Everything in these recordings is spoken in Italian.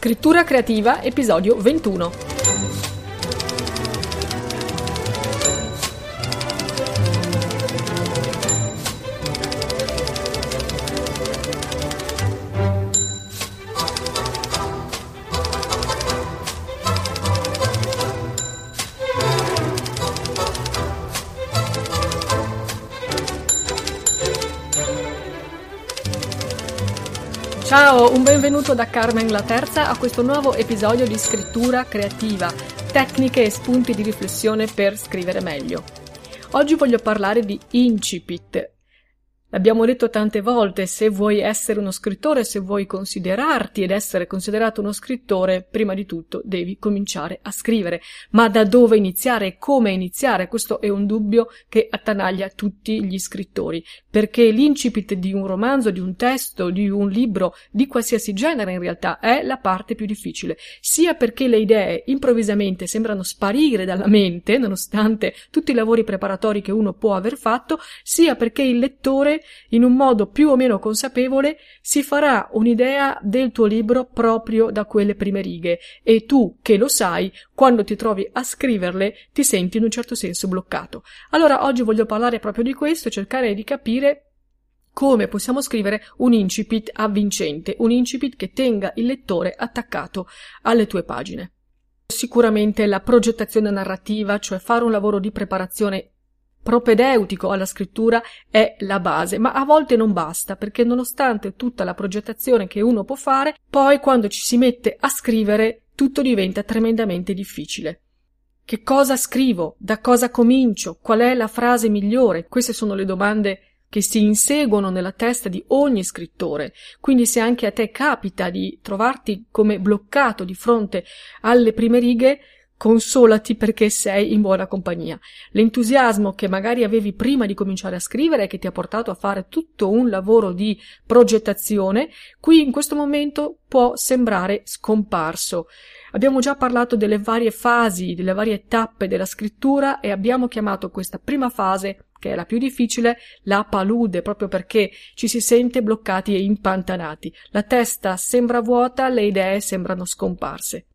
Scrittura creativa, episodio 21. Ciao, un benvenuto da Carmen la Terza a questo nuovo episodio di Scrittura Creativa, tecniche e spunti di riflessione per scrivere meglio. Oggi voglio parlare di incipit. L'abbiamo detto tante volte, se vuoi essere uno scrittore, se vuoi considerarti ed essere considerato uno scrittore, prima di tutto devi cominciare a scrivere. Ma da dove iniziare e come iniziare? Questo è un dubbio che attanaglia tutti gli scrittori, perché l'incipit di un romanzo, di un testo, di un libro, di qualsiasi genere in realtà, è la parte più difficile, sia perché le idee improvvisamente sembrano sparire dalla mente, nonostante tutti i lavori preparatori che uno può aver fatto, sia perché il lettore in un modo più o meno consapevole si farà un'idea del tuo libro proprio da quelle prime righe e tu, che lo sai, quando ti trovi a scriverle ti senti in un certo senso bloccato. Allora oggi voglio parlare proprio di questo e cercare di capire come possiamo scrivere un incipit avvincente, un incipit che tenga il lettore attaccato alle tue pagine. Sicuramente la progettazione narrativa, cioè fare un lavoro di preparazione propedeutico alla scrittura, è la base, ma a volte non basta, perché nonostante tutta la progettazione che uno può fare, poi quando ci si mette a scrivere tutto diventa tremendamente difficile. Che cosa scrivo? Da cosa comincio? Qual è la frase migliore? Queste sono le domande che si inseguono nella testa di ogni scrittore. Quindi se anche a te capita di trovarti come bloccato di fronte alle prime righe, consolati perché sei in buona compagnia. L'entusiasmo che magari avevi prima di cominciare a scrivere e che ti ha portato a fare tutto un lavoro di progettazione, qui in questo momento può sembrare scomparso. Abbiamo già parlato delle varie fasi, delle varie tappe della scrittura e abbiamo chiamato questa prima fase, che è la più difficile, la palude, proprio perché ci si sente bloccati e impantanati. La testa sembra vuota, le idee sembrano scomparse.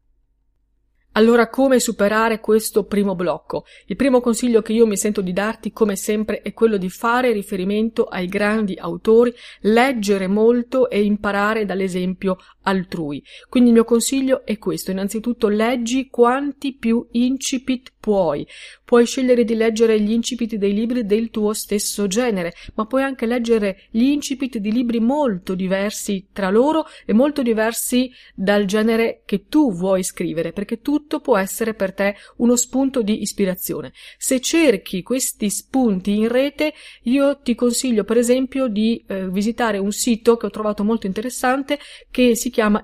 Allora, come superare questo primo blocco? Il primo consiglio che io mi sento di darti, come sempre, è quello di fare riferimento ai grandi autori, leggere molto e imparare dall'esempio altrui. Quindi il mio consiglio è questo: innanzitutto leggi quanti più incipit puoi. Puoi scegliere di leggere gli incipit dei libri del tuo stesso genere, ma puoi anche leggere gli incipit di libri molto diversi tra loro e molto diversi dal genere che tu vuoi scrivere, perché tutto può essere per te uno spunto di ispirazione. Se cerchi questi spunti in rete, io ti consiglio per esempio di visitare un sito che ho trovato molto interessante, che si chiama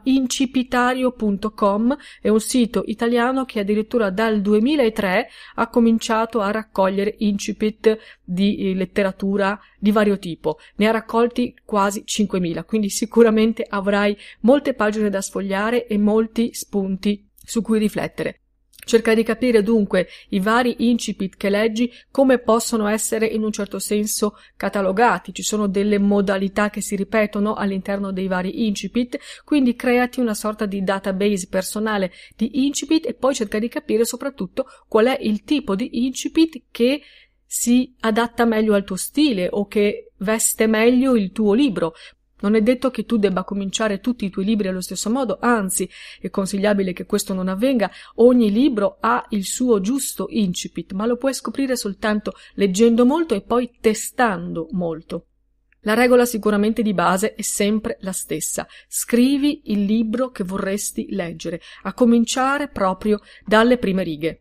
incipitario.com. È un sito italiano che addirittura dal 2003 ha cominciato a raccogliere incipit di letteratura di vario tipo. Ne ha raccolti quasi 5.000, quindi sicuramente avrai molte pagine da sfogliare e molti spunti su cui riflettere. Cerca di capire dunque i vari incipit che leggi come possono essere in un certo senso catalogati. Ci sono delle modalità che si ripetono all'interno dei vari incipit, quindi creati una sorta di database personale di incipit e poi cerca di capire soprattutto qual è il tipo di incipit che si adatta meglio al tuo stile o che veste meglio il tuo libro. Non è detto che tu debba cominciare tutti i tuoi libri allo stesso modo, anzi, è consigliabile che questo non avvenga. Ogni libro ha il suo giusto incipit, ma lo puoi scoprire soltanto leggendo molto e poi testando molto. La regola sicuramente di base è sempre la stessa. Scrivi il libro che vorresti leggere, a cominciare proprio dalle prime righe.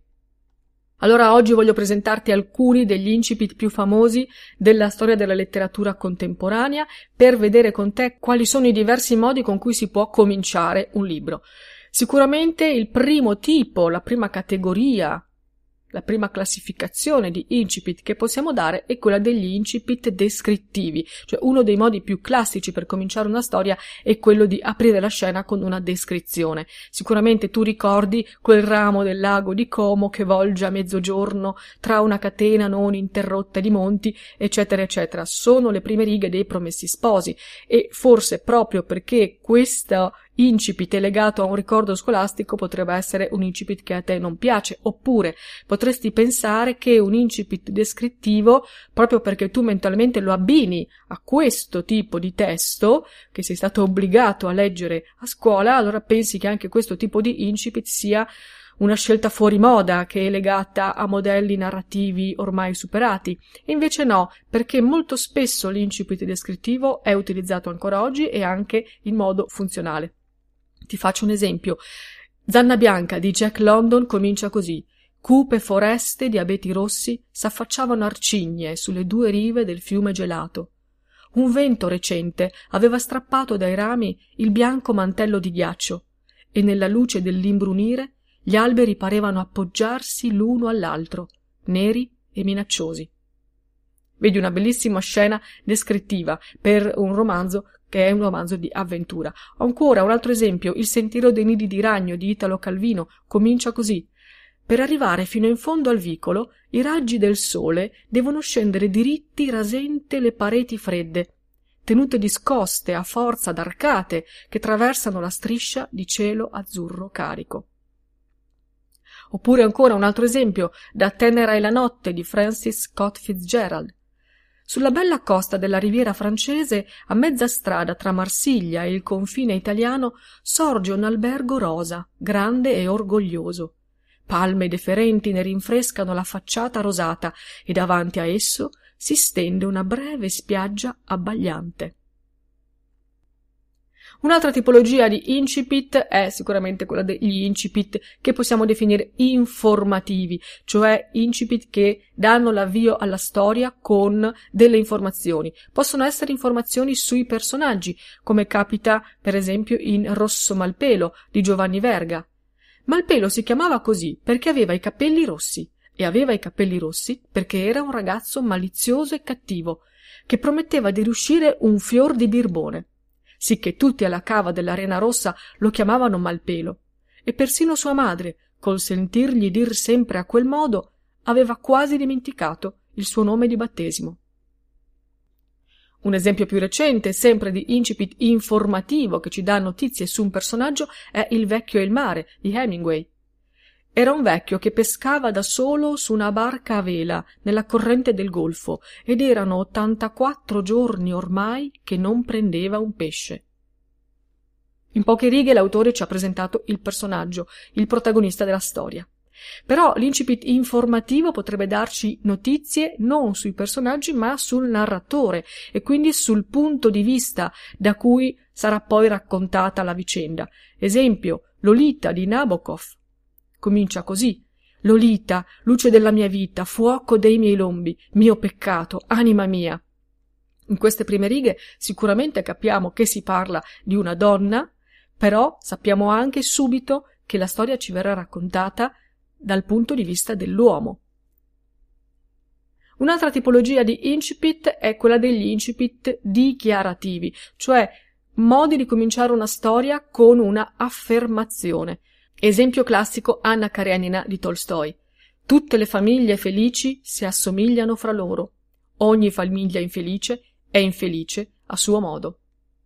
Allora oggi voglio presentarti alcuni degli incipit più famosi della storia della letteratura contemporanea per vedere con te quali sono i diversi modi con cui si può cominciare un libro. Sicuramente il primo tipo, la prima categoria, la prima classificazione di incipit che possiamo dare è quella degli incipit descrittivi, cioè uno dei modi più classici per cominciare una storia è quello di aprire la scena con una descrizione. Sicuramente tu ricordi quel ramo del lago di Como che volge a mezzogiorno tra una catena non interrotta di monti, eccetera eccetera. Sono le prime righe dei Promessi Sposi e forse proprio perché questo incipit è legato a un ricordo scolastico potrebbe essere un incipit che a te non piace, oppure potresti pensare che un incipit descrittivo, proprio perché tu mentalmente lo abbini a questo tipo di testo che sei stato obbligato a leggere a scuola, allora pensi che anche questo tipo di incipit sia una scelta fuori moda che è legata a modelli narrativi ormai superati. E invece no, perché molto spesso l'incipit descrittivo è utilizzato ancora oggi e anche in modo funzionale. Ti faccio un esempio. Zanna Bianca di Jack London comincia così: cupe foreste di abeti rossi s'affacciavano arcigne sulle due rive del fiume gelato. Un vento recente aveva strappato dai rami il bianco mantello di ghiaccio e nella luce dell'imbrunire gli alberi parevano appoggiarsi l'uno all'altro, neri e minacciosi. Vedi una bellissima scena descrittiva per un romanzo che è un romanzo di avventura. Ancora un altro esempio, Il sentiero dei nidi di ragno di Italo Calvino comincia così: per arrivare fino in fondo al vicolo, i raggi del sole devono scendere diritti rasente le pareti fredde, tenute discoste a forza d'arcate che traversano la striscia di cielo azzurro carico. Oppure ancora un altro esempio, da Tenera e la notte di Francis Scott Fitzgerald. Sulla bella costa della riviera francese, a mezza strada tra Marsiglia e il confine italiano, sorge un albergo rosa, grande e orgoglioso. Palme deferenti ne rinfrescano la facciata rosata e davanti a esso si stende una breve spiaggia abbagliante. Un'altra tipologia di incipit è sicuramente quella degli incipit che possiamo definire informativi, cioè incipit che danno l'avvio alla storia con delle informazioni. Possono essere informazioni sui personaggi, come capita per esempio in Rosso Malpelo di Giovanni Verga. Malpelo si chiamava così perché aveva i capelli rossi, e aveva i capelli rossi perché era un ragazzo malizioso e cattivo, che prometteva di riuscire un fior di birbone, sicché tutti alla cava dell'Arena Rossa lo chiamavano Malpelo, e persino sua madre, col sentirgli dir sempre a quel modo, aveva quasi dimenticato il suo nome di battesimo. Un esempio più recente, sempre di incipit informativo che ci dà notizie su un personaggio, è Il vecchio e il mare di Hemingway. Era un vecchio che pescava da solo su una barca a vela nella corrente del Golfo ed erano 84 giorni ormai che non prendeva un pesce. In poche righe l'autore ci ha presentato il personaggio, il protagonista della storia. Però l'incipit informativo potrebbe darci notizie non sui personaggi ma sul narratore e quindi sul punto di vista da cui sarà poi raccontata la vicenda. Esempio, Lolita di Nabokov. Comincia così: Lolita, luce della mia vita, fuoco dei miei lombi, mio peccato, anima mia. In queste prime righe sicuramente capiamo che si parla di una donna, però sappiamo anche subito che la storia ci verrà raccontata dal punto di vista dell'uomo. Un'altra tipologia di incipit è quella degli incipit dichiarativi, cioè modi di cominciare una storia con una affermazione. Esempio classico, Anna Karenina di Tolstoi. Tutte le famiglie felici si assomigliano fra loro. Ogni famiglia infelice è infelice a suo modo.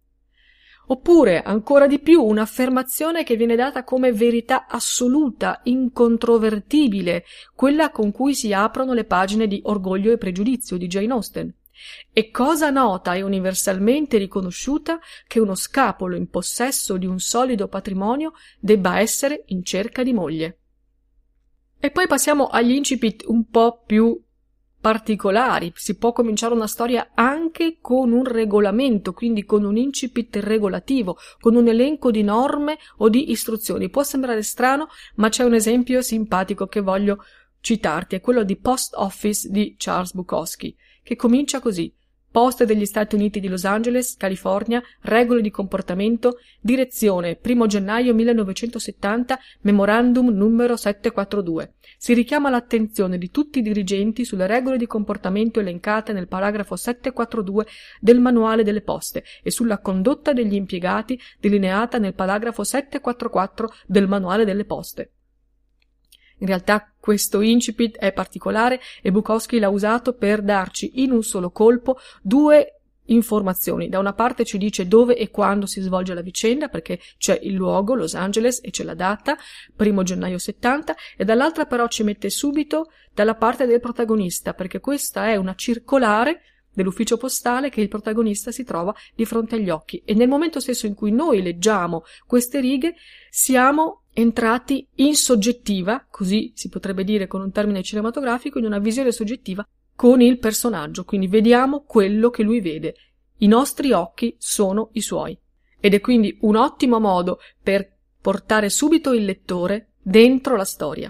Oppure, ancora di più, un'affermazione che viene data come verità assoluta, incontrovertibile, quella con cui si aprono le pagine di Orgoglio e pregiudizio di Jane Austen. È cosa nota e universalmente riconosciuta che uno scapolo in possesso di un solido patrimonio debba essere in cerca di moglie. E poi passiamo agli incipit un po' più particolari. Si può cominciare una storia anche con un regolamento, quindi con un incipit regolativo, con un elenco di norme o di istruzioni. Può sembrare strano, ma c'è un esempio simpatico che voglio citarti, è quello di Post Office di Charles Bukowski, che comincia così: Poste degli Stati Uniti di Los Angeles, California, regole di comportamento, direzione 1 gennaio 1970, memorandum numero 742. Si richiama l'attenzione di tutti i dirigenti sulle regole di comportamento elencate nel paragrafo 742 del manuale delle poste e sulla condotta degli impiegati delineata nel paragrafo 744 del manuale delle poste. In realtà questo incipit è particolare e Bukowski l'ha usato per darci in un solo colpo due informazioni. Da una parte ci dice dove e quando si svolge la vicenda, perché c'è il luogo, Los Angeles, e c'è la data, 1 gennaio 70, e dall'altra però ci mette subito dalla parte del protagonista, perché questa è una circolare dell'ufficio postale che il protagonista si trova di fronte agli occhi, e nel momento stesso in cui noi leggiamo queste righe siamo entrati in soggettiva, così si potrebbe dire con un termine cinematografico, in una visione soggettiva con il personaggio, quindi vediamo quello che lui vede. I nostri occhi sono i suoi. Ed è quindi un ottimo modo per portare subito il lettore dentro la storia.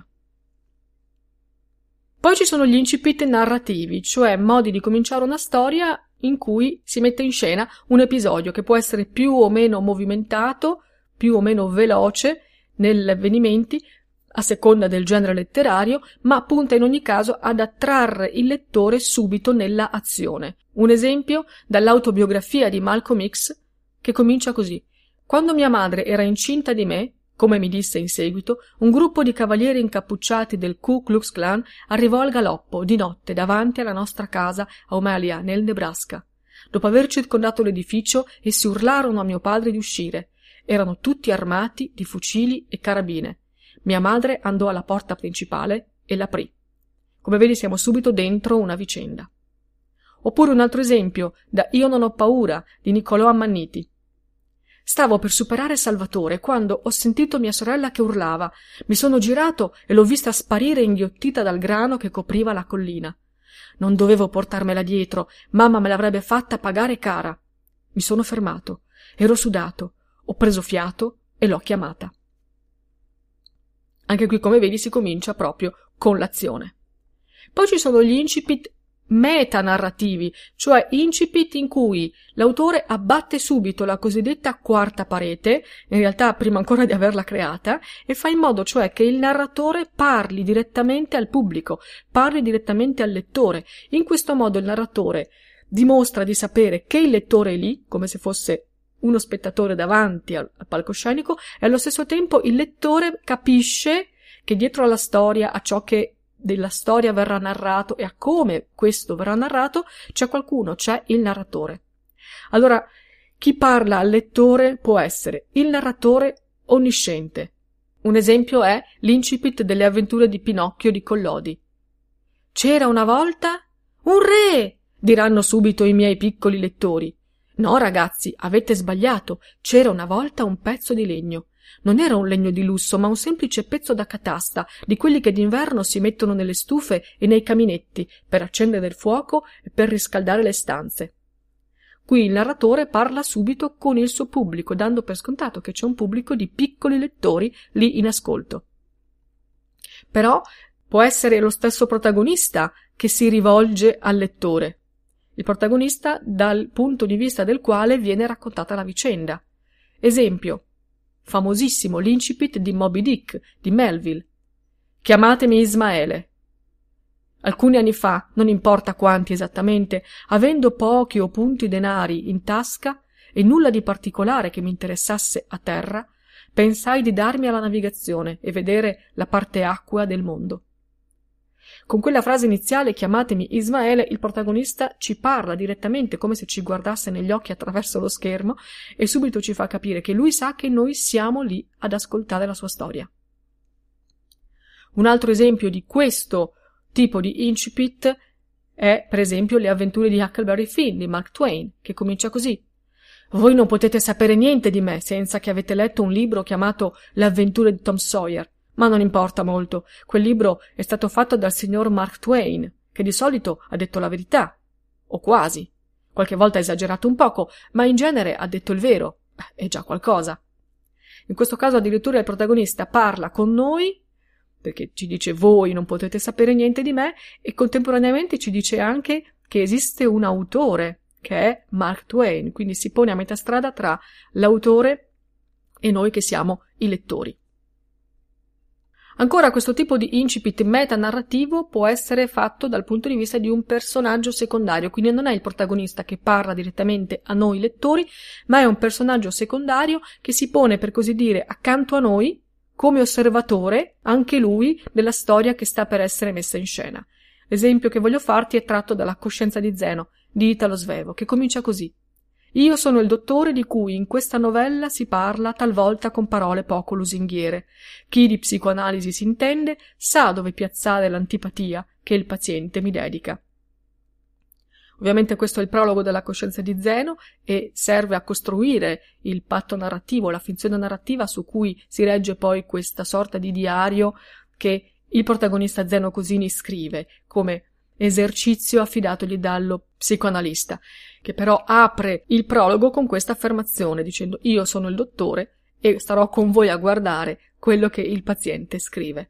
Poi ci sono gli incipit narrativi, cioè modi di cominciare una storia in cui si mette in scena un episodio che può essere più o meno movimentato, più o meno veloce negli avvenimenti, a seconda del genere letterario, ma punta in ogni caso ad attrarre il lettore subito nella azione. Un esempio dall'autobiografia di Malcolm X, che comincia così. Quando mia madre era incinta di me, come mi disse in seguito, un gruppo di cavalieri incappucciati del Ku Klux Klan arrivò al galoppo di notte davanti alla nostra casa a Omalia, nel Nebraska. Dopo aver circondato l'edificio, essi urlarono a mio padre di uscire. Erano tutti armati di fucili e carabine. Mia madre andò alla porta principale e l'aprì. Come vedi siamo subito dentro una vicenda. Oppure un altro esempio, da Io non ho paura, di Niccolò Ammanniti. Stavo per superare Salvatore quando ho sentito mia sorella che urlava. Mi sono girato e l'ho vista sparire inghiottita dal grano che copriva la collina. Non dovevo portarmela dietro, mamma me l'avrebbe fatta pagare cara. Mi sono fermato, ero sudato, ho preso fiato e l'ho chiamata. Anche qui, come vedi, si comincia proprio con l'azione. Poi ci sono gli incipit metanarrativi, cioè incipit in cui l'autore abbatte subito la cosiddetta quarta parete, in realtà prima ancora di averla creata, e fa in modo cioè che il narratore parli direttamente al pubblico, parli direttamente al lettore. In questo modo il narratore dimostra di sapere che il lettore è lì, come se fosse uno spettatore davanti al palcoscenico, e allo stesso tempo il lettore capisce che dietro alla storia, a ciò che della storia verrà narrato e a come questo verrà narrato, c'è qualcuno, c'è il narratore. Allora, chi parla al lettore può essere il narratore onnisciente. Un esempio è l'incipit delle avventure di Pinocchio di Collodi. C'era una volta un re, diranno subito i miei piccoli lettori. No, ragazzi, avete sbagliato. C'era una volta un pezzo di legno. Non era un legno di lusso, ma un semplice pezzo da catasta, di quelli che d'inverno si mettono nelle stufe e nei caminetti per accendere il fuoco e per riscaldare le stanze. Qui il narratore parla subito con il suo pubblico, dando per scontato che c'è un pubblico di piccoli lettori lì in ascolto. Però può essere lo stesso protagonista che si rivolge al lettore. Il protagonista dal punto di vista del quale viene raccontata la vicenda. Esempio, famosissimo l'incipit di Moby Dick, di Melville. Chiamatemi Ismaele. Alcuni anni fa, non importa quanti esattamente, avendo pochi o punti denari in tasca e nulla di particolare che mi interessasse a terra, pensai di darmi alla navigazione e vedere la parte acquea del mondo. Con quella frase iniziale, chiamatemi Ismaele, il protagonista ci parla direttamente come se ci guardasse negli occhi attraverso lo schermo e subito ci fa capire che lui sa che noi siamo lì ad ascoltare la sua storia. Un altro esempio di questo tipo di incipit è, per esempio, Le avventure di Huckleberry Finn di Mark Twain, che comincia così. Voi non potete sapere niente di me senza che avete letto un libro chiamato Le avventure di Tom Sawyer. Ma non importa molto, quel libro è stato fatto dal signor Mark Twain, che di solito ha detto la verità, o quasi. Qualche volta ha esagerato un poco, ma in genere ha detto il vero. È già qualcosa. In questo caso addirittura il protagonista parla con noi, perché ci dice voi non potete sapere niente di me, e contemporaneamente ci dice anche che esiste un autore, che è Mark Twain, quindi si pone a metà strada tra l'autore e noi che siamo i lettori. Ancora, questo tipo di incipit metanarrativo può essere fatto dal punto di vista di un personaggio secondario, quindi non è il protagonista che parla direttamente a noi lettori, ma è un personaggio secondario che si pone, per così dire, accanto a noi, come osservatore, anche lui, della storia che sta per essere messa in scena. L'esempio che voglio farti è tratto dalla Coscienza di Zeno, di Italo Svevo, che comincia così. Io sono il dottore di cui in questa novella si parla talvolta con parole poco lusinghiere. Chi di psicoanalisi si intende sa dove piazzare l'antipatia che il paziente mi dedica. Ovviamente questo è il prologo della coscienza di Zeno e serve a costruire il patto narrativo, la finzione narrativa su cui si regge poi questa sorta di diario che il protagonista Zeno Cosini scrive come esercizio affidatogli dallo psicoanalista, che però apre il prologo con questa affermazione dicendo: io sono il dottore e starò con voi a guardare quello che il paziente scrive.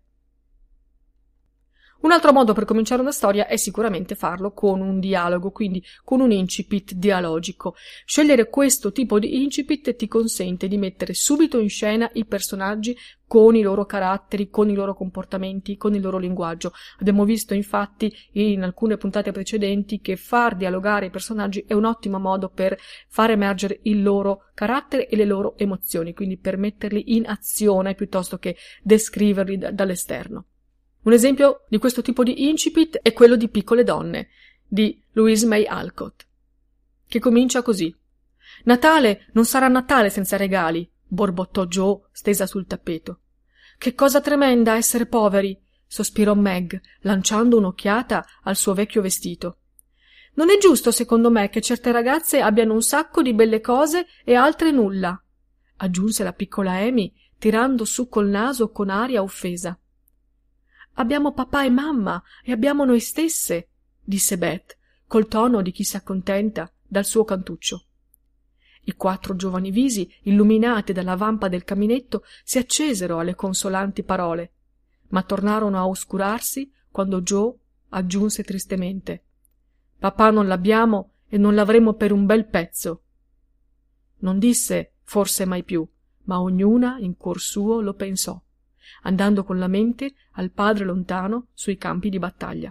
Un altro modo per cominciare una storia è sicuramente farlo con un dialogo, quindi con un incipit dialogico. Scegliere questo tipo di incipit ti consente di mettere subito in scena i personaggi con i loro caratteri, con i loro comportamenti, con il loro linguaggio. Abbiamo visto infatti in alcune puntate precedenti che far dialogare i personaggi è un ottimo modo per far emergere il loro carattere e le loro emozioni, quindi per metterli in azione piuttosto che descriverli dall'esterno. Un esempio di questo tipo di incipit è quello di Piccole donne, di Louise May Alcott, che comincia così. Natale non sarà Natale senza regali, borbottò Joe stesa sul tappeto. Che cosa tremenda essere poveri, sospirò Meg, lanciando un'occhiata al suo vecchio vestito. Non è giusto, secondo me, che certe ragazze abbiano un sacco di belle cose e altre nulla, aggiunse la piccola Amy, tirando su col naso con aria offesa. Abbiamo papà e mamma e abbiamo noi stesse, disse Beth, col tono di chi s'accontenta dal suo cantuccio. I 4 giovani visi, illuminati dalla vampa del caminetto, si accesero alle consolanti parole, ma tornarono a oscurarsi quando Joe aggiunse tristemente: Papà non l'abbiamo e non l'avremo per un bel pezzo. Non disse forse mai più, ma ognuna in cuor suo lo pensò, andando con la mente al padre lontano sui campi di battaglia.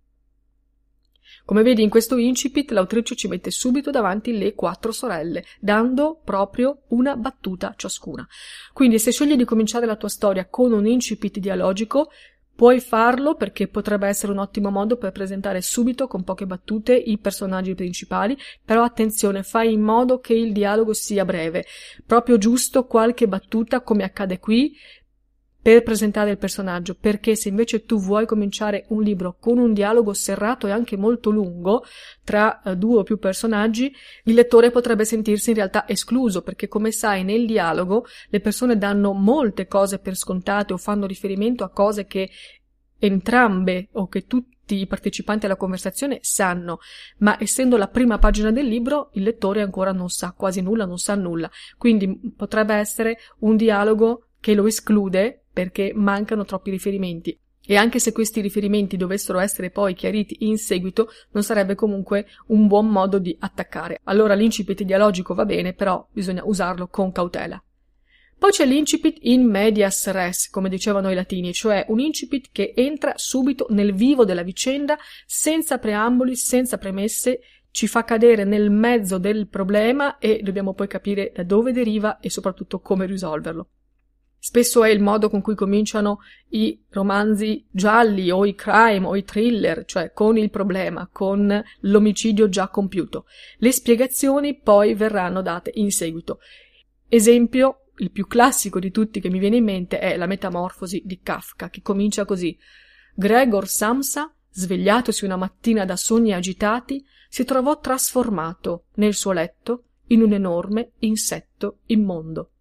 Come vedi in questo incipit l'autrice ci mette subito davanti le 4 sorelle, dando proprio una battuta ciascuna. Quindi se scegli di cominciare la tua storia con un incipit dialogico, puoi farlo perché potrebbe essere un ottimo modo per presentare subito con poche battute i personaggi principali, però attenzione, fai in modo che il dialogo sia breve, proprio giusto qualche battuta come accade qui, per presentare il personaggio, perché se invece tu vuoi cominciare un libro con un dialogo serrato e anche molto lungo tra 2 o più personaggi, il lettore potrebbe sentirsi in realtà escluso, perché come sai nel dialogo le persone danno molte cose per scontate o fanno riferimento a cose che entrambe o che tutti i partecipanti alla conversazione sanno, ma essendo la prima pagina del libro il lettore ancora non sa quasi nulla, non sa nulla, quindi potrebbe essere un dialogo che lo esclude perché mancano troppi riferimenti, e anche se questi riferimenti dovessero essere poi chiariti in seguito non sarebbe comunque un buon modo di attaccare. Allora l'incipit dialogico va bene, però bisogna usarlo con cautela. Poi c'è l'incipit in medias res, come dicevano i latini, cioè un incipit che entra subito nel vivo della vicenda, senza preamboli, senza premesse, ci fa cadere nel mezzo del problema e dobbiamo poi capire da dove deriva e soprattutto come risolverlo. Spesso è il modo con cui cominciano i romanzi gialli o i crime o i thriller, cioè con il problema, con l'omicidio già compiuto. Le spiegazioni poi verranno date in seguito. Esempio, il più classico di tutti che mi viene in mente è La Metamorfosi di Kafka, che comincia così. Gregor Samsa, svegliatosi una mattina da sogni agitati, si trovò trasformato nel suo letto in un enorme insetto immondo.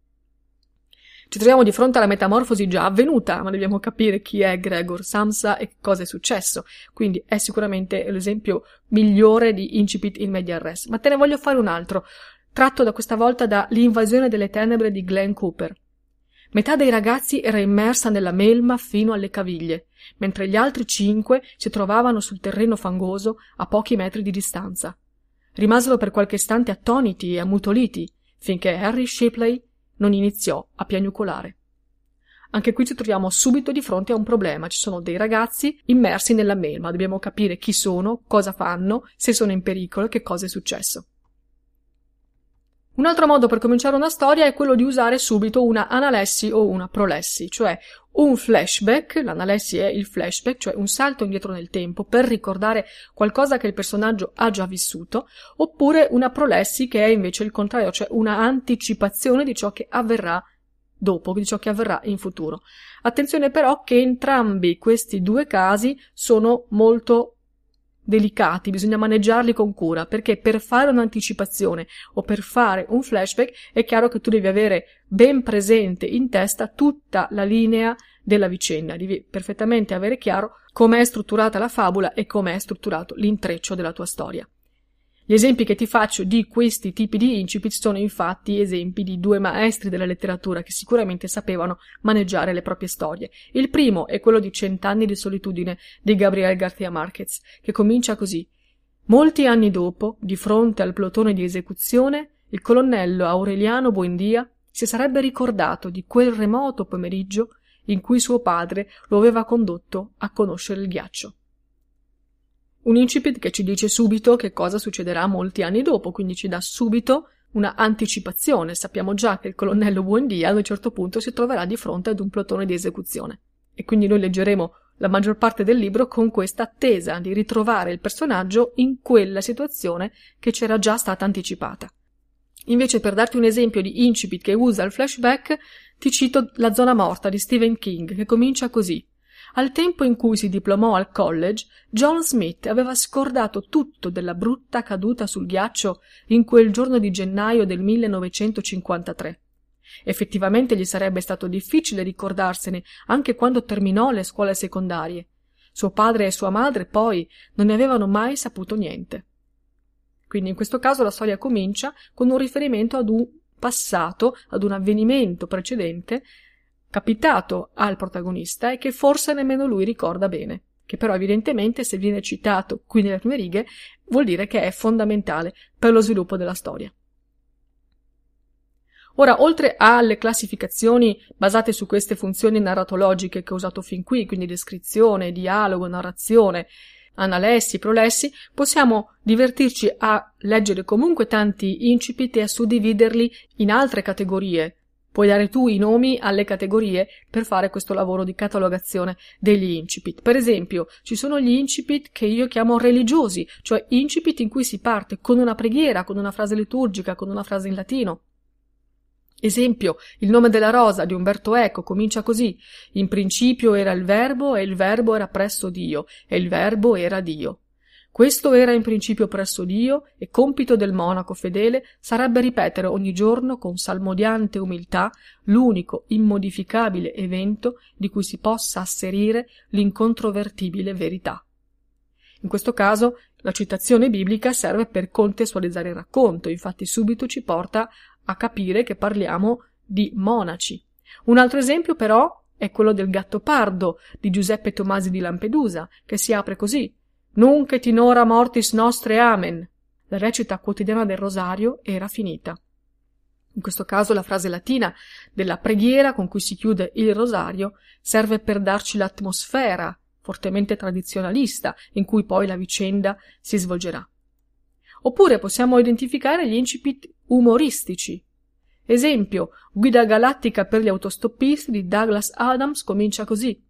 Ci troviamo di fronte alla metamorfosi già avvenuta, ma dobbiamo capire chi è Gregor Samsa e cosa è successo. Quindi è sicuramente l'esempio migliore di incipit in medias res. Ma te ne voglio fare un altro, tratto da questa volta da L'invasione delle tenebre di Glenn Cooper. Metà dei ragazzi era immersa nella melma fino alle caviglie, mentre gli altri 5 si trovavano sul terreno fangoso a pochi metri di distanza. Rimasero per qualche istante attoniti e ammutoliti, finché Harry Shipley non iniziò a piagnucolare. Anche qui ci troviamo subito di fronte a un problema. Ci sono dei ragazzi immersi nella melma, dobbiamo capire chi sono, cosa fanno, se sono in pericolo e che cosa è successo. Un altro modo per cominciare una storia è quello di usare subito una analessi o una prolessi, cioè un flashback, l'analessi è il flashback, cioè un salto indietro nel tempo per ricordare qualcosa che il personaggio ha già vissuto, oppure una prolessi che è invece il contrario, cioè una anticipazione di ciò che avverrà dopo, di ciò che avverrà in futuro. Attenzione però che entrambi questi due casi sono molto delicati, bisogna maneggiarli con cura, perché per fare un'anticipazione o per fare un flashback è chiaro che tu devi avere ben presente in testa tutta la linea della vicenda, devi perfettamente avere chiaro come è strutturata la fabula e come è strutturato l'intreccio della tua storia. Gli esempi che ti faccio di questi tipi di incipit sono infatti esempi di due maestri della letteratura che sicuramente sapevano maneggiare le proprie storie. Il primo è quello di Cent'anni di solitudine di Gabriel García Márquez, che comincia così. Molti anni dopo, di fronte al plotone di esecuzione, il colonnello Aureliano Buendía si sarebbe ricordato di quel remoto pomeriggio in cui suo padre lo aveva condotto a conoscere il ghiaccio. Un incipit che ci dice subito che cosa succederà molti anni dopo, quindi ci dà subito una anticipazione. Sappiamo già che il colonnello Buendía ad un certo punto si troverà di fronte ad un plotone di esecuzione. E quindi noi leggeremo la maggior parte del libro con questa attesa di ritrovare il personaggio in quella situazione che c'era già stata anticipata. Invece, per darti un esempio di incipit che usa il flashback, ti cito La zona morta di Stephen King, che comincia così. Al tempo in cui si diplomò al college, John Smith aveva scordato tutto della brutta caduta sul ghiaccio in quel giorno di gennaio del 1953. Effettivamente gli sarebbe stato difficile ricordarsene anche quando terminò le scuole secondarie. Suo padre e sua madre, poi, non ne avevano mai saputo niente. Quindi in questo caso la storia comincia con un riferimento ad un passato, ad un avvenimento precedente capitato al protagonista e che forse nemmeno lui ricorda bene, che però evidentemente se viene citato qui nelle prime righe vuol dire che è fondamentale per lo sviluppo della storia. Ora, oltre alle classificazioni basate su queste funzioni narratologiche che ho usato fin qui, quindi descrizione, dialogo, narrazione, analessi, prolessi, possiamo divertirci a leggere comunque tanti incipit e a suddividerli in altre categorie. Puoi dare tu i nomi alle categorie per fare questo lavoro di catalogazione degli incipit. Per esempio, ci sono gli incipit che io chiamo religiosi, cioè incipit in cui si parte con una preghiera, con una frase liturgica, con una frase in latino. Esempio, Il nome della rosa di Umberto Eco comincia così. In principio era il verbo e il verbo era presso Dio e il verbo era Dio. Questo era in principio presso Dio e compito del monaco fedele sarebbe ripetere ogni giorno con salmodiante umiltà l'unico immodificabile evento di cui si possa asserire l'incontrovertibile verità. In questo caso la citazione biblica serve per contestualizzare il racconto, infatti subito ci porta a capire che parliamo di monaci. Un altro esempio però è quello del Gattopardo di Giuseppe Tomasi di Lampedusa, che si apre così. Nunc et in hora mortis nostre amen. La recita quotidiana del rosario era finita. In questo caso la frase latina della preghiera con cui si chiude il rosario serve per darci l'atmosfera fortemente tradizionalista in cui poi la vicenda si svolgerà. Oppure possiamo identificare gli incipit umoristici. Esempio, Guida galattica per gli autostoppisti di Douglas Adams comincia così.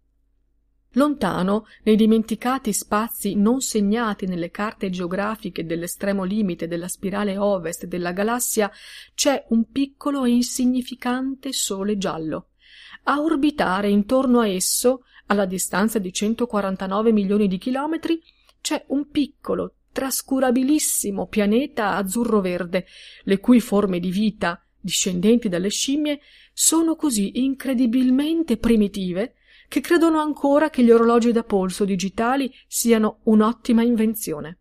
Lontano, nei dimenticati spazi non segnati nelle carte geografiche dell'estremo limite della spirale ovest della galassia, c'è un piccolo e insignificante sole giallo. A orbitare intorno a esso, alla distanza di 149 milioni di chilometri, c'è un piccolo, trascurabilissimo pianeta azzurro-verde, le cui forme di vita, discendenti dalle scimmie, sono così incredibilmente primitive che credono ancora che gli orologi da polso digitali siano un'ottima invenzione.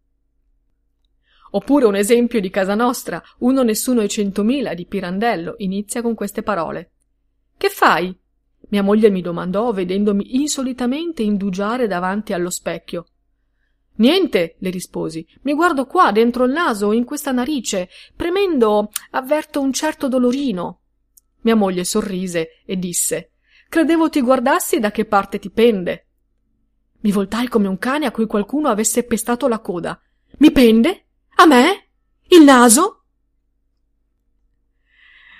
Oppure un esempio di casa nostra, Uno nessuno e 100.000 di Pirandello, inizia con queste parole. «Che fai?» Mia moglie mi domandò, vedendomi insolitamente indugiare davanti allo specchio. «Niente», le risposi, «mi guardo qua, dentro il naso, in questa narice. Premendo, avverto un certo dolorino». Mia moglie sorrise e disse, «Credevo ti guardassi da che parte ti pende». Mi voltai come un cane a cui qualcuno avesse pestato la coda. «Mi pende? A me? Il naso?»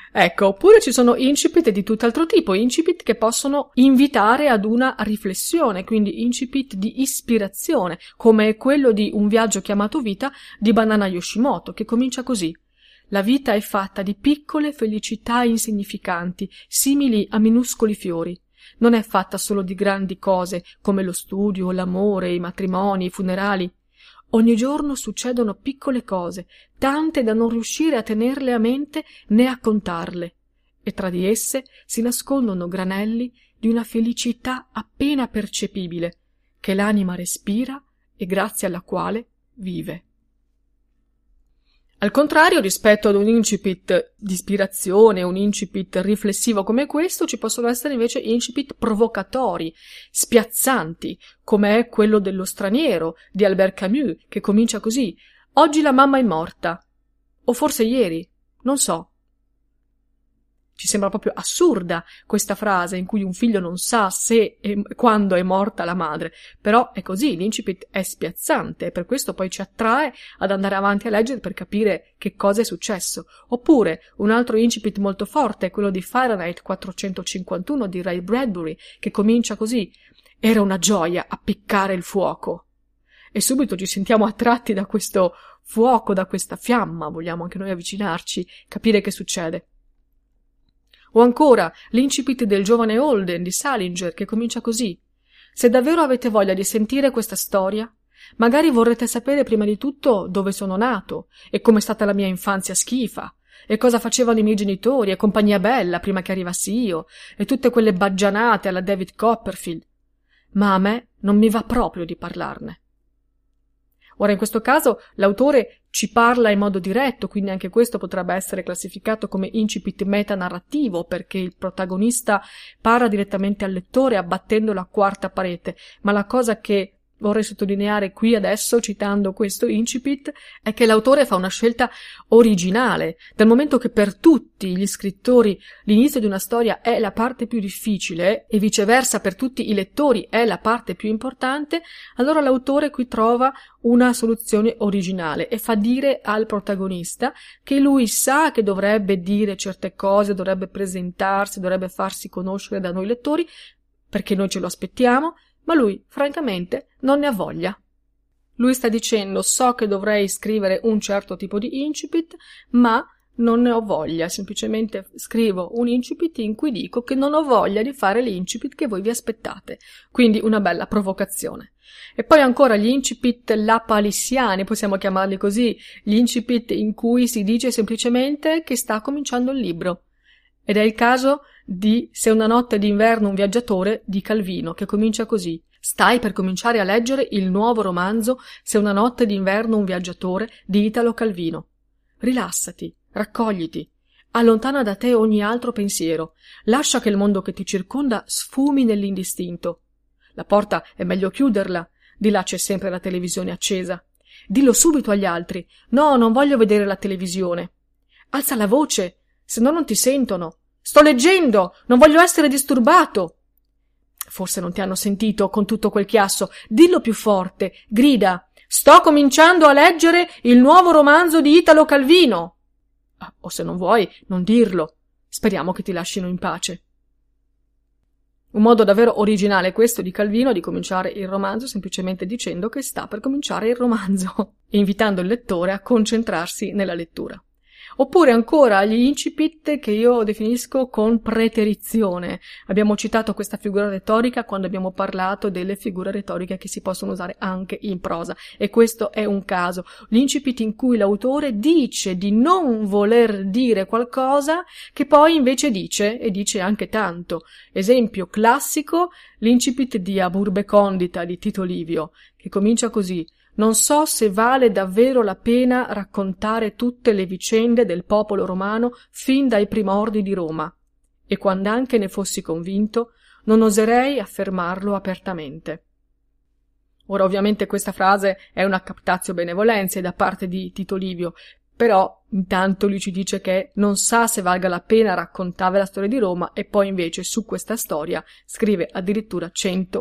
Ecco, oppure ci sono incipit di tutt'altro tipo, incipit che possono invitare ad una riflessione, quindi incipit di ispirazione, come quello di Un viaggio chiamato vita di Banana Yoshimoto, che comincia così. La vita è fatta di piccole felicità insignificanti, simili a minuscoli fiori. Non è fatta solo di grandi cose, come lo studio, l'amore, i matrimoni, i funerali. Ogni giorno succedono piccole cose, tante da non riuscire a tenerle a mente né a contarle, e tra di esse si nascondono granelli di una felicità appena percepibile, che l'anima respira e grazie alla quale vive. Al contrario, rispetto ad un incipit di ispirazione, un incipit riflessivo come questo, ci possono essere invece incipit provocatori, spiazzanti, come è quello dello straniero di Albert Camus, che comincia così: oggi la mamma è morta, o forse ieri, non so. Ci sembra proprio assurda questa frase in cui un figlio non sa se e quando è morta la madre, però è così, l'incipit è spiazzante e per questo poi ci attrae ad andare avanti a leggere per capire che cosa è successo. Oppure un altro incipit molto forte è quello di Fahrenheit 451 di Ray Bradbury, che comincia così: era una gioia appiccare il fuoco. E subito ci sentiamo attratti da questo fuoco, da questa fiamma, vogliamo anche noi avvicinarci, capire che succede. O ancora l'incipit del giovane Holden di Salinger, che comincia così: se davvero avete voglia di sentire questa storia, magari vorrete sapere prima di tutto dove sono nato e com'è stata la mia infanzia schifa e cosa facevano i miei genitori e compagnia bella prima che arrivassi io e tutte quelle baggianate alla David Copperfield. Ma a me non mi va proprio di parlarne. Ora, in questo caso l'autore ci parla in modo diretto, quindi anche questo potrebbe essere classificato come incipit metanarrativo, perché il protagonista parla direttamente al lettore abbattendo la quarta parete, ma la cosa che vorrei sottolineare qui adesso, citando questo incipit, è che l'autore fa una scelta originale, dal momento che per tutti gli scrittori l'inizio di una storia è la parte più difficile e viceversa per tutti i lettori è la parte più importante. Allora l'autore qui trova una soluzione originale e fa dire al protagonista che lui sa che dovrebbe dire certe cose, dovrebbe presentarsi, dovrebbe farsi conoscere da noi lettori, perché noi ce lo aspettiamo, ma lui, francamente, non ne ha voglia. Lui sta dicendo: so che dovrei scrivere un certo tipo di incipit, ma non ne ho voglia, semplicemente scrivo un incipit in cui dico che non ho voglia di fare l'incipit che voi vi aspettate, quindi una bella provocazione. E poi ancora gli incipit lapalissiani, possiamo chiamarli così, gli incipit in cui si dice semplicemente che sta cominciando il libro. Ed è il caso di Se una notte d'inverno un viaggiatore di Calvino, che comincia così: stai per cominciare a leggere il nuovo romanzo Se una notte d'inverno un viaggiatore di Italo Calvino. Rilassati, raccogliti, allontana da te ogni altro pensiero, lascia che il mondo che ti circonda sfumi nell'indistinto. La porta è meglio chiuderla, di là c'è sempre la televisione accesa. Dillo subito agli altri: no, non voglio vedere la televisione. Alza la voce, se no non ti sentono. Sto leggendo, non voglio essere disturbato. Forse non ti hanno sentito con tutto quel chiasso. Dillo più forte, grida: sto cominciando a leggere il nuovo romanzo di Italo Calvino. O se non vuoi, non dirlo. Speriamo che ti lascino in pace. Un modo davvero originale questo di Calvino di cominciare il romanzo semplicemente dicendo che sta per cominciare il romanzo e invitando il lettore a concentrarsi nella lettura. Oppure ancora gli incipit che io definisco con preterizione. Abbiamo citato questa figura retorica quando abbiamo parlato delle figure retoriche che si possono usare anche in prosa, e questo è un caso. L'incipit in cui l'autore dice di non voler dire qualcosa che poi invece dice, e dice anche tanto. Esempio classico, l'incipit di A Burbe Condita di Tito Livio, che comincia così: non so se vale davvero la pena raccontare tutte le vicende del popolo romano fin dai primordi di Roma, e quand'anche ne fossi convinto, non oserei affermarlo apertamente. Ora, ovviamente questa frase è una captatio benevolenzae da parte di Tito Livio, però intanto lui ci dice che non sa se valga la pena raccontare la storia di Roma e poi invece su questa storia scrive addirittura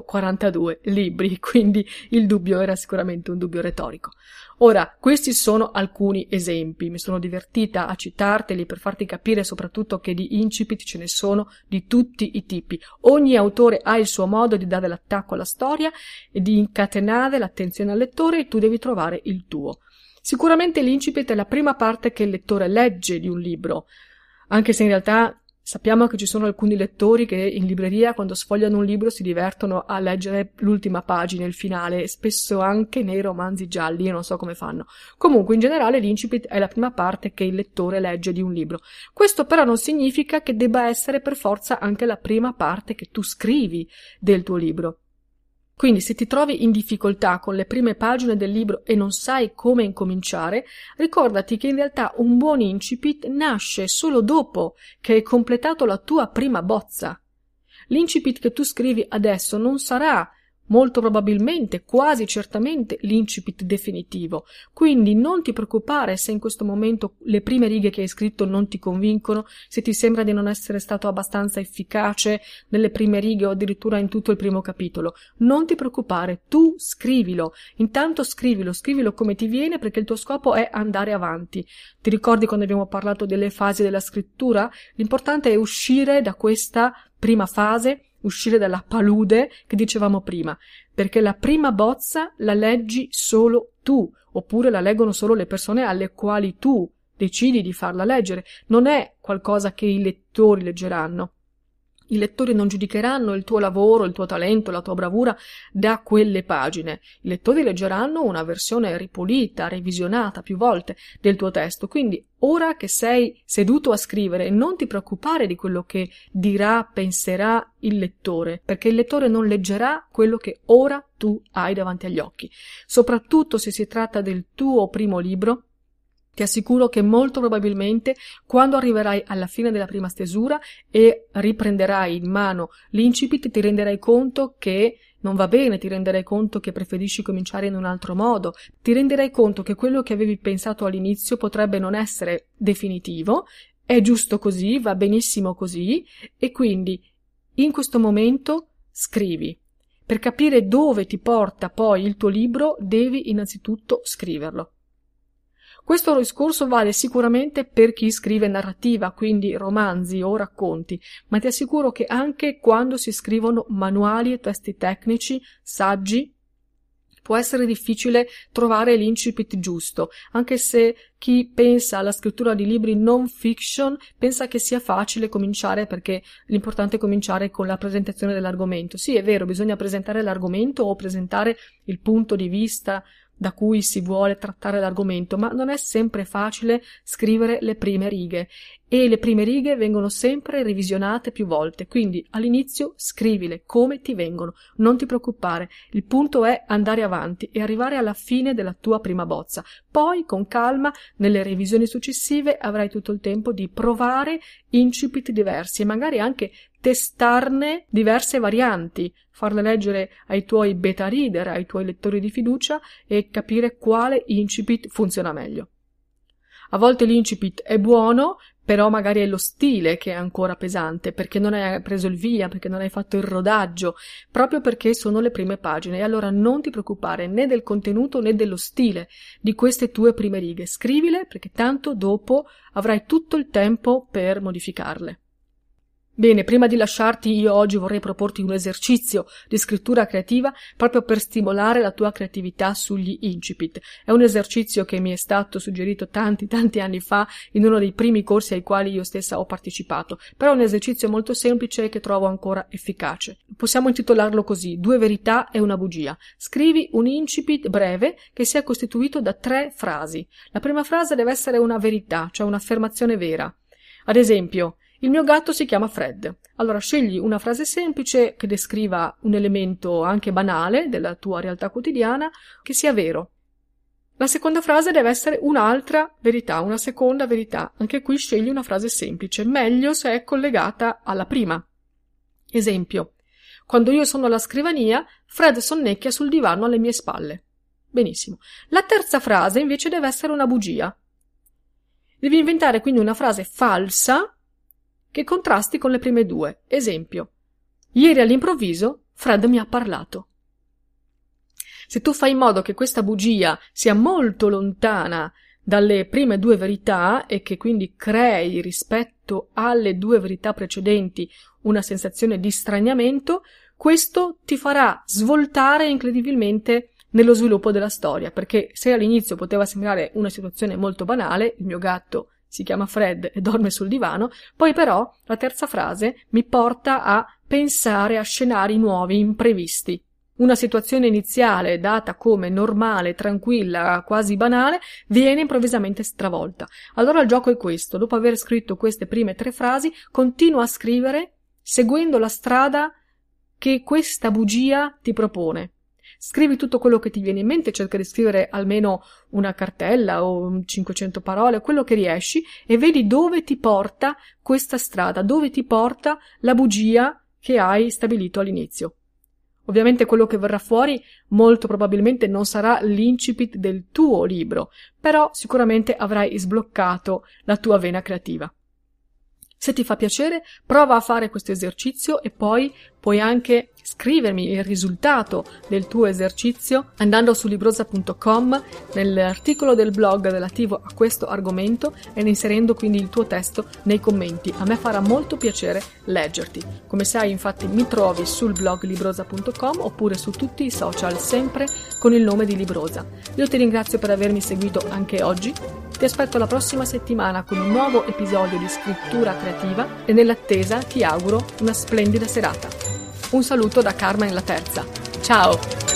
142 libri, quindi il dubbio era sicuramente un dubbio retorico. Ora, questi sono alcuni esempi, mi sono divertita a citarteli per farti capire soprattutto che di incipit ce ne sono di tutti i tipi. Ogni autore ha il suo modo di dare l'attacco alla storia e di incatenare l'attenzione al lettore e tu devi trovare il tuo. Sicuramente l'incipit è la prima parte che il lettore legge di un libro, anche se in realtà sappiamo che ci sono alcuni lettori che in libreria quando sfogliano un libro si divertono a leggere l'ultima pagina, il finale, spesso anche nei romanzi gialli, io non so come fanno. Comunque in generale l'incipit è la prima parte che il lettore legge di un libro. Questo però non significa che debba essere per forza anche la prima parte che tu scrivi del tuo libro. Quindi se ti trovi in difficoltà con le prime pagine del libro e non sai come incominciare, ricordati che in realtà un buon incipit nasce solo dopo che hai completato la tua prima bozza. L'incipit che tu scrivi adesso non sarà molto probabilmente, quasi certamente, l'incipit definitivo. Quindi non ti preoccupare se in questo momento le prime righe che hai scritto non ti convincono, se ti sembra di non essere stato abbastanza efficace nelle prime righe o addirittura in tutto il primo capitolo. Non ti preoccupare, tu scrivilo. Intanto scrivilo come ti viene, perché il tuo scopo è andare avanti. Ti ricordi quando abbiamo parlato delle fasi della scrittura? L'importante è uscire da questa prima fase, uscire dalla palude che dicevamo prima, perché la prima bozza la leggi solo tu, oppure la leggono solo le persone alle quali tu decidi di farla leggere, non è qualcosa che i lettori leggeranno. I lettori non giudicheranno il tuo lavoro, il tuo talento, la tua bravura da quelle pagine. I lettori leggeranno una versione ripulita, revisionata più volte del tuo testo. Quindi, ora che sei seduto a scrivere, non ti preoccupare di quello che dirà, penserà il lettore, perché il lettore non leggerà quello che ora tu hai davanti agli occhi. Soprattutto se si tratta del tuo primo libro, ti assicuro che molto probabilmente quando arriverai alla fine della prima stesura e riprenderai in mano l'incipit ti renderai conto che non va bene, ti renderai conto che preferisci cominciare in un altro modo, ti renderai conto che quello che avevi pensato all'inizio potrebbe non essere definitivo, è giusto così, va benissimo così, e quindi in questo momento scrivi. Per capire dove ti porta poi il tuo libro devi innanzitutto scriverlo. Questo discorso vale sicuramente per chi scrive narrativa, quindi romanzi o racconti, ma ti assicuro che anche quando si scrivono manuali e testi tecnici, saggi, può essere difficile trovare l'incipit giusto, anche se chi pensa alla scrittura di libri non fiction pensa che sia facile cominciare perché l'importante è cominciare con la presentazione dell'argomento. Sì, è vero, bisogna presentare l'argomento o presentare il punto di vista da cui si vuole trattare l'argomento, ma non è sempre facile scrivere le prime righe e le prime righe vengono sempre revisionate più volte, quindi all'inizio scrivile come ti vengono, non ti preoccupare, il punto è andare avanti e arrivare alla fine della tua prima bozza, poi con calma nelle revisioni successive avrai tutto il tempo di provare incipit diversi e magari anche testarne diverse varianti, farle leggere ai tuoi beta reader, ai tuoi lettori di fiducia e capire quale incipit funziona meglio. A volte l'incipit è buono, però magari è lo stile che è ancora pesante, perché non hai preso il via, perché non hai fatto il rodaggio, proprio perché sono le prime pagine. E allora non ti preoccupare né del contenuto né dello stile di queste tue prime righe. Scrivile, perché tanto dopo avrai tutto il tempo per modificarle. Bene, prima di lasciarti io oggi vorrei proporti un esercizio di scrittura creativa proprio per stimolare la tua creatività sugli incipit. È un esercizio che mi è stato suggerito tanti anni fa in uno dei primi corsi ai quali io stessa ho partecipato, però è un esercizio molto semplice che trovo ancora efficace. Possiamo intitolarlo così: 2 verità e una bugia. Scrivi un incipit breve che sia costituito da 3 frasi. La prima frase deve essere una verità, cioè un'affermazione vera. Ad esempio, il mio gatto si chiama Fred. Allora scegli una frase semplice che descriva un elemento anche banale della tua realtà quotidiana che sia vero. La seconda frase deve essere un'altra verità, una seconda verità. Anche qui scegli una frase semplice, meglio se è collegata alla prima. Esempio: quando io sono alla scrivania, Fred sonnecchia sul divano alle mie spalle. Benissimo. La terza frase invece deve essere una bugia. Devi inventare quindi una frase falsa che contrasti con le prime due. Esempio: ieri all'improvviso Fred mi ha parlato. Se tu fai in modo che questa bugia sia molto lontana dalle prime due verità e che quindi crei rispetto alle due verità precedenti una sensazione di straniamento, questo ti farà svoltare incredibilmente nello sviluppo della storia, perché se all'inizio poteva sembrare una situazione molto banale, il mio gatto si chiama Fred e dorme sul divano, poi però la terza frase mi porta a pensare a scenari nuovi, imprevisti. Una situazione iniziale data come normale, tranquilla, quasi banale, viene improvvisamente stravolta. Allora il gioco è questo: dopo aver scritto queste prime 3 frasi, continua a scrivere seguendo la strada che questa bugia ti propone. Scrivi tutto quello che ti viene in mente, cerca di scrivere almeno una cartella o 500 parole, quello che riesci, e vedi dove ti porta questa strada, dove ti porta la bugia che hai stabilito all'inizio. Ovviamente quello che verrà fuori molto probabilmente non sarà l'incipit del tuo libro, però sicuramente avrai sbloccato la tua vena creativa. Se ti fa piacere, prova a fare questo esercizio e poi puoi anche scrivermi il risultato del tuo esercizio andando su Librosa.com nell'articolo del blog relativo a questo argomento e inserendo quindi il tuo testo nei commenti. A me farà molto piacere leggerti. Come sai, infatti, mi trovi sul blog Librosa.com oppure su tutti i social, sempre con il nome di Librosa. Io ti ringrazio per avermi seguito anche oggi. Ti aspetto la prossima settimana con un nuovo episodio di Scrittura Creativa e nell'attesa ti auguro una splendida serata. Un saluto da Carmen la Terza. Ciao!